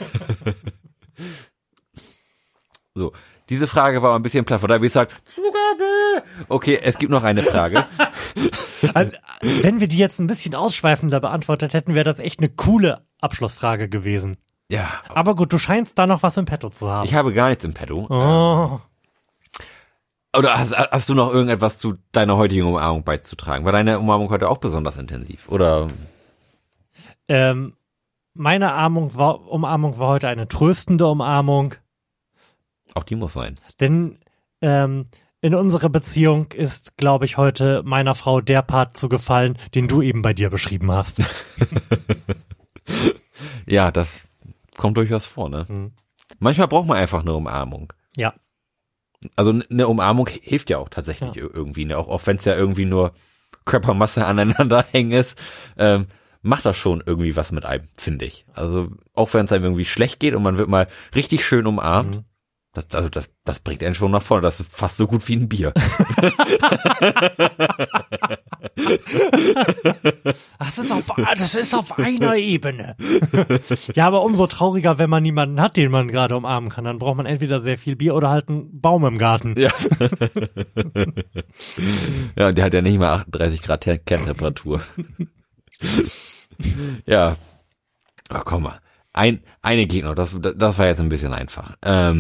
So, diese Frage war ein bisschen platt, von daher wie gesagt, Zugabe! Okay, es gibt noch eine Frage. Also, wenn wir die jetzt ein bisschen ausschweifender beantwortet hätten, wäre das echt eine coole Abschlussfrage gewesen. Ja. Aber gut, du scheinst da noch was im Petto zu haben. Ich habe gar nichts im Petto. Oh. Oder hast du noch irgendetwas zu deiner heutigen Umarmung beizutragen? War deine Umarmung heute auch besonders intensiv? Oder? Meine Umarmung war heute eine tröstende Umarmung. Auch die muss sein. Denn in unserer Beziehung ist, glaube ich, heute meiner Frau der Part zugefallen, den du eben bei dir beschrieben hast. Ja, das kommt durchaus vor, ne? Manchmal braucht man einfach eine Umarmung. Ja. Also eine Umarmung hilft ja auch tatsächlich irgendwie, ne? Auch wenn es ja irgendwie nur Körpermasse aneinander hängen ist, macht das schon irgendwie was mit einem, finde ich. Also auch wenn es einem irgendwie schlecht geht und man wird mal richtig schön umarmt, das bringt einen schon nach vorne. Das ist fast so gut wie ein Bier. Das ist auf einer Ebene. Ja, aber umso trauriger, wenn man niemanden hat, den man gerade umarmen kann. Dann braucht man entweder sehr viel Bier oder halt einen Baum im Garten. Ja. Ja, und der hat ja nicht mal 38 Grad Kerntemperatur. Ja. Ach, komm mal. Eine geht noch. Das war jetzt ein bisschen einfach.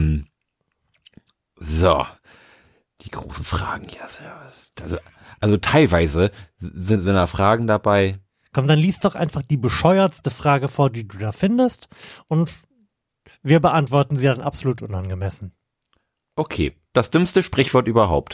So. Die großen Fragen hier. Also teilweise sind da Fragen dabei. Komm, dann lies doch einfach die bescheuertste Frage vor, die du da findest, und wir beantworten sie dann absolut unangemessen. Okay, das dümmste Sprichwort überhaupt.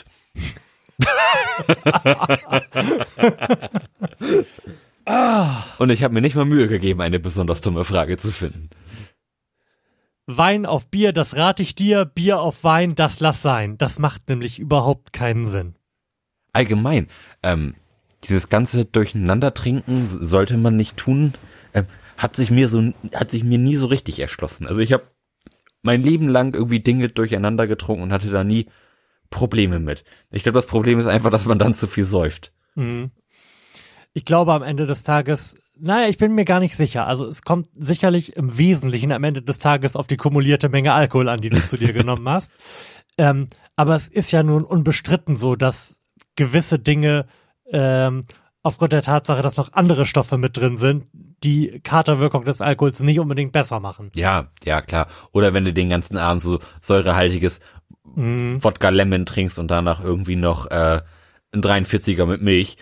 Und ich habe mir nicht mal Mühe gegeben, eine besonders dumme Frage zu finden. Wein auf Bier, das rate ich dir, Bier auf Wein, das lass sein. Das macht nämlich überhaupt keinen Sinn. Allgemein, dieses ganze Durcheinandertrinken sollte man nicht tun, hat sich mir nie so richtig erschlossen. Also ich habe mein Leben lang irgendwie Dinge durcheinander getrunken und hatte da nie Probleme mit. Ich glaube, das Problem ist einfach, dass man dann zu viel säuft. Ich glaube am Ende des Tages, ich bin mir gar nicht sicher. Also es kommt sicherlich im Wesentlichen am Ende des Tages auf die kumulierte Menge Alkohol an, die du zu dir genommen hast. Aber es ist ja nun unbestritten so, dass gewisse Dinge aufgrund der Tatsache, dass noch andere Stoffe mit drin sind, die Katerwirkung des Alkohols nicht unbedingt besser machen. Ja, klar. Oder wenn du den ganzen Abend so säurehaltiges Wodka Lemon trinkst und danach irgendwie noch ein 43er mit Milch,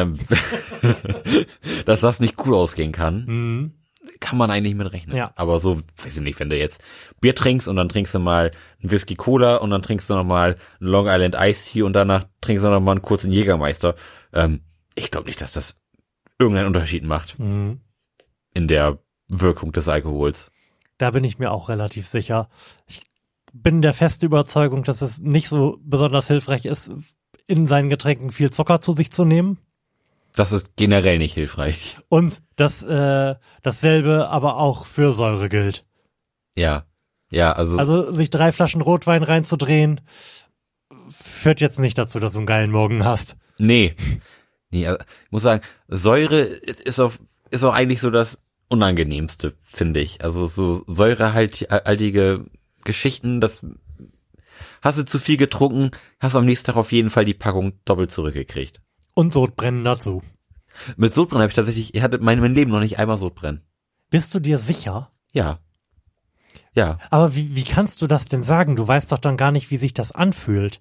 dass das nicht gut ausgehen kann, kann man eigentlich mit rechnen. Ja. Aber so, weiß ich nicht, wenn du jetzt Bier trinkst und dann trinkst du mal einen Whisky Cola und dann trinkst du noch mal einen Long Island Iced Tea und danach trinkst du noch mal einen kurzen Jägermeister. Ich glaube nicht, dass das irgendeinen Unterschied macht in der Wirkung des Alkohols. Da bin ich mir auch relativ sicher. Ich bin der festen Überzeugung, dass es nicht so besonders hilfreich ist, in seinen Getränken viel Zucker zu sich zu nehmen. Das ist generell nicht hilfreich. Und dass dasselbe aber auch für Säure gilt. Ja, also sich 3 Flaschen Rotwein reinzudrehen, führt jetzt nicht dazu, dass du einen geilen Morgen hast. Nee, also ich muss sagen, Säure ist auch eigentlich so das Unangenehmste, finde ich. Also so säurehaltige Geschichten, das hast du zu viel getrunken, hast am nächsten Tag auf jeden Fall die Packung doppelt zurückgekriegt. Und Sodbrennen dazu. Mit Sodbrennen habe ich tatsächlich, ich hatte mein Leben noch nicht einmal Sodbrennen. Bist du dir sicher? Ja. Aber wie kannst du das denn sagen? Du weißt doch dann gar nicht, wie sich das anfühlt.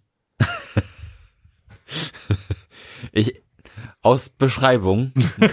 Aus Beschreibung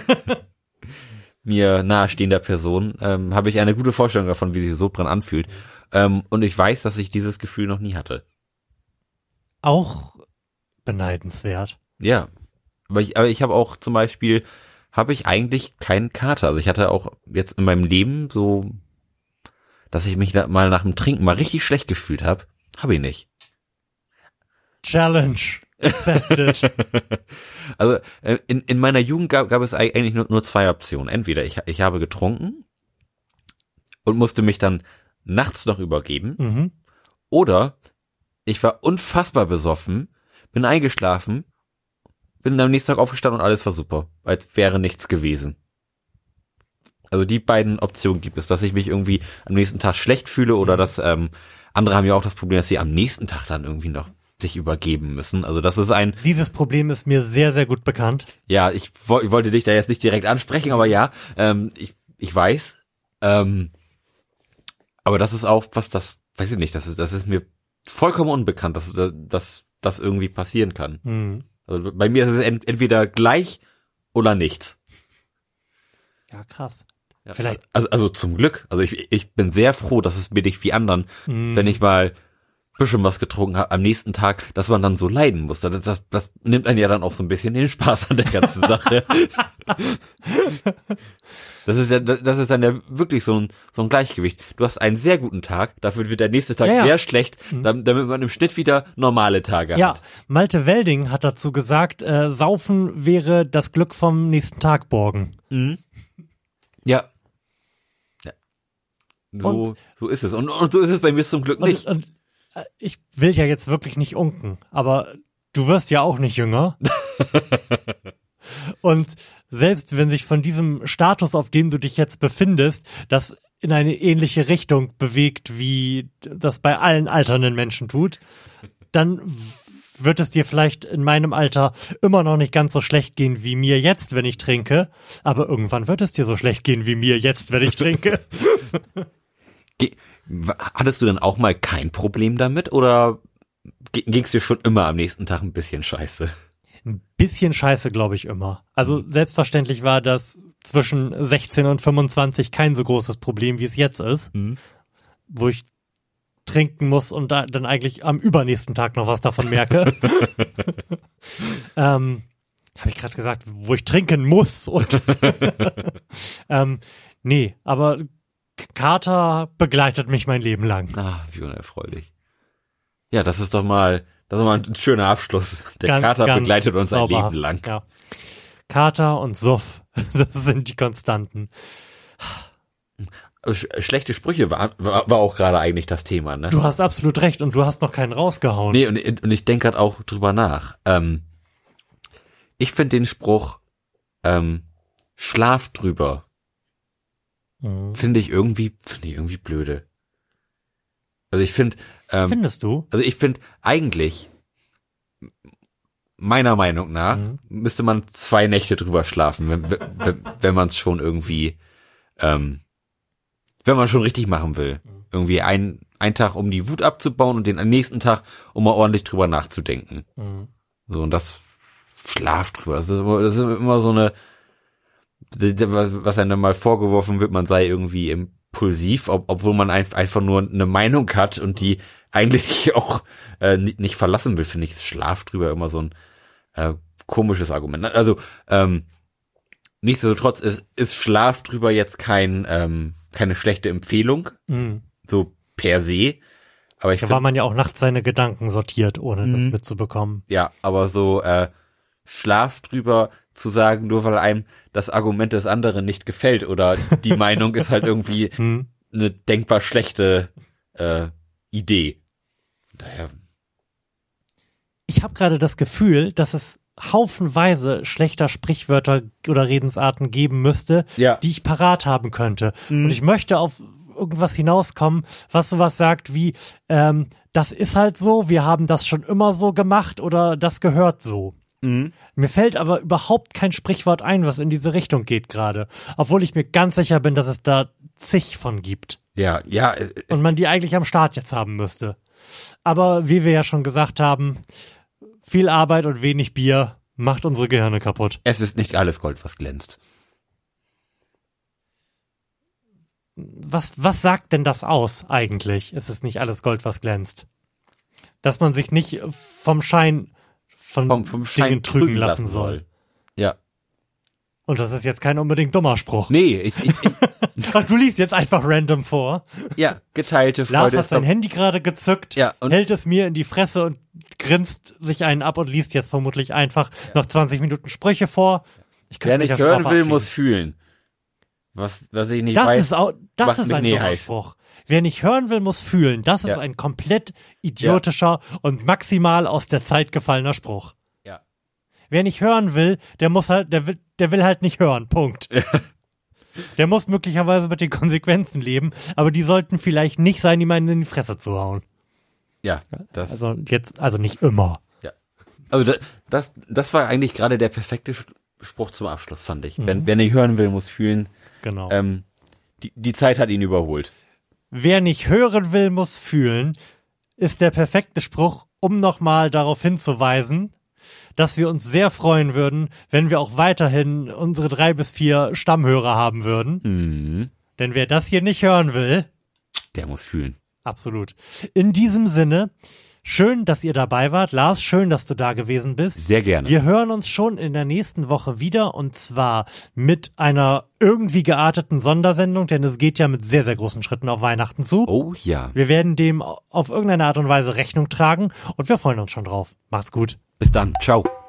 mir nahestehender Person habe ich eine gute Vorstellung davon, wie sich Sodbrennen anfühlt. Und ich weiß, dass ich dieses Gefühl noch nie hatte. Auch beneidenswert. Ja, aber ich habe auch zum Beispiel, habe ich eigentlich keinen Kater. Also ich hatte auch jetzt in meinem Leben so, dass ich mich mal nach dem Trinken mal richtig schlecht gefühlt habe. Habe ich nicht. Challenge. accepted. Also in meiner Jugend gab es eigentlich nur zwei Optionen. Entweder ich habe getrunken und musste mich dann nachts noch übergeben, oder ich war unfassbar besoffen, bin eingeschlafen, bin am nächsten Tag aufgestanden und alles war super, als wäre nichts gewesen. Also die beiden Optionen gibt es, dass ich mich irgendwie am nächsten Tag schlecht fühle oder dass andere haben ja auch das Problem, dass sie am nächsten Tag dann irgendwie noch sich übergeben müssen. Also das ist Dieses Problem ist mir sehr, sehr gut bekannt. Ja, ich wollte dich da jetzt nicht direkt ansprechen, aber ja, ich weiß. Aber das ist auch was, das weiß ich nicht, das ist mir vollkommen unbekannt, dass das irgendwie passieren kann. Also bei mir ist es entweder gleich oder nichts. Ja, krass. Ja, Vielleicht. Also zum Glück. Also ich bin sehr froh, dass es mir nicht wie anderen, wenn ich mal ein bisschen was getrunken habe am nächsten Tag, dass man dann so leiden muss. Das nimmt einen ja dann auch so ein bisschen den Spaß an der ganzen Sache. Das ist dann ja wirklich so ein Gleichgewicht. Du hast einen sehr guten Tag, dafür wird der nächste Tag sehr schlecht, damit man im Schnitt wieder normale Tage hat. Ja, Malte Welding hat dazu gesagt, Saufen wäre das Glück vom nächsten Tag borgen. Ja. So ist es. Und so ist es bei mir zum Glück nicht. Und ich will ja jetzt wirklich nicht unken, aber du wirst ja auch nicht jünger. Und selbst wenn sich von diesem Status, auf dem du dich jetzt befindest, das in eine ähnliche Richtung bewegt, wie das bei allen alternden Menschen tut, dann wird es dir vielleicht in meinem Alter immer noch nicht ganz so schlecht gehen wie mir jetzt, wenn ich trinke. Aber irgendwann wird es dir so schlecht gehen wie mir jetzt, wenn ich trinke. Hattest du denn auch mal kein Problem damit oder ging es dir schon immer am nächsten Tag ein bisschen scheiße? Ein bisschen scheiße, glaube ich, immer. Also selbstverständlich war das zwischen 16 und 25 kein so großes Problem, wie es jetzt ist, wo ich trinken muss und dann eigentlich am übernächsten Tag noch was davon merke. Habe ich gerade gesagt, wo ich trinken muss. Und nee, aber Kater begleitet mich mein Leben lang. Ah, wie unerfreulich. Ja, das ist doch mal ein schöner Abschluss. Der Kater begleitet uns ein Leben lang. Ja. Kater und Suff, das sind die Konstanten. Schlechte Sprüche war auch gerade eigentlich das Thema, ne? Du hast absolut recht und du hast noch keinen rausgehauen. Nee, und ich denke gerade auch drüber nach. Ich finde den Spruch Schlaf drüber finde ich irgendwie blöde. Also ich finde findest du? Also ich finde eigentlich meiner Meinung nach müsste man 2 Nächte drüber schlafen, wenn man es schon irgendwie wenn man schon richtig machen will. Irgendwie einen Tag, um die Wut abzubauen und den nächsten Tag, um mal ordentlich drüber nachzudenken. So, und das Schlaf drüber. Das ist immer so eine, was einem dann mal vorgeworfen wird, man sei irgendwie impulsiv, obwohl man einfach nur eine Meinung hat und die eigentlich auch nicht verlassen will, finde ich Schlaf drüber immer so ein komisches Argument. Also, nichtsdestotrotz ist Schlaf drüber jetzt keine schlechte Empfehlung, so per se. Aber ich da war man ja auch nachts seine Gedanken sortiert, ohne das mitzubekommen. Ja, aber so Schlaf drüber zu sagen, nur weil einem das Argument des anderen nicht gefällt oder die Meinung ist halt irgendwie eine denkbar schlechte Idee. Daher. Ich habe gerade das Gefühl, dass es haufenweise schlechter Sprichwörter oder Redensarten geben müsste, die ich parat haben könnte. Und ich möchte auf irgendwas hinauskommen, was sowas sagt wie, das ist halt so, wir haben das schon immer so gemacht oder das gehört so. Mir fällt aber überhaupt kein Sprichwort ein, was in diese Richtung geht gerade. Obwohl ich mir ganz sicher bin, dass es da zig von gibt. Ja. Und man die eigentlich am Start jetzt haben müsste. Aber wie wir ja schon gesagt haben, viel Arbeit und wenig Bier macht unsere Gehirne kaputt. Es ist nicht alles Gold, was glänzt. Was sagt denn das aus eigentlich? Es ist nicht alles Gold, was glänzt. Dass man sich nicht vom Schein von vom Schein Dingen trügen lassen soll. Ja. Und das ist jetzt kein unbedingt dummer Spruch. Nee, Du liest jetzt einfach random vor. ja, geteilte Freude. Lars hat sein Handy gerade gezückt, Ja, und hält es mir in die Fresse und grinst sich einen ab und liest jetzt vermutlich einfach noch 20 Minuten Sprüche vor. Ich wer könnte mich nicht ja schon hören will, verabschieden. muss fühlen. Was ich nicht Das weiß. ist auch, das was ist mit ein nee dummer heißt. Spruch. Wer nicht hören will, muss fühlen. Das ist Ja. ein komplett idiotischer und maximal aus der Zeit gefallener Spruch. Ja. Wer nicht hören will, der will halt nicht hören. Punkt. Der muss möglicherweise mit den Konsequenzen leben, aber die sollten vielleicht nicht sein, ihm einen in die Fresse zu hauen. Ja, Also nicht immer. also das war eigentlich gerade der perfekte Spruch zum Abschluss, fand ich. Wer nicht hören will, muss fühlen. Genau. Die Zeit hat ihn überholt. Wer nicht hören will, muss fühlen, ist der perfekte Spruch, um nochmal darauf hinzuweisen, dass wir uns sehr freuen würden, wenn wir auch weiterhin unsere 3 bis 4 Stammhörer haben würden. Mhm. Denn wer das hier nicht hören will, Der muss fühlen. absolut. In diesem Sinne, schön, dass ihr dabei wart. Lars, schön, dass du da gewesen bist. Sehr gerne. Wir hören uns schon in der nächsten Woche wieder und zwar mit einer irgendwie gearteten Sondersendung, denn es geht ja mit sehr, sehr großen Schritten auf Weihnachten zu. Oh ja. Wir werden dem auf irgendeine Art und Weise Rechnung tragen und wir freuen uns schon drauf. Macht's gut. Bis dann. Ciao.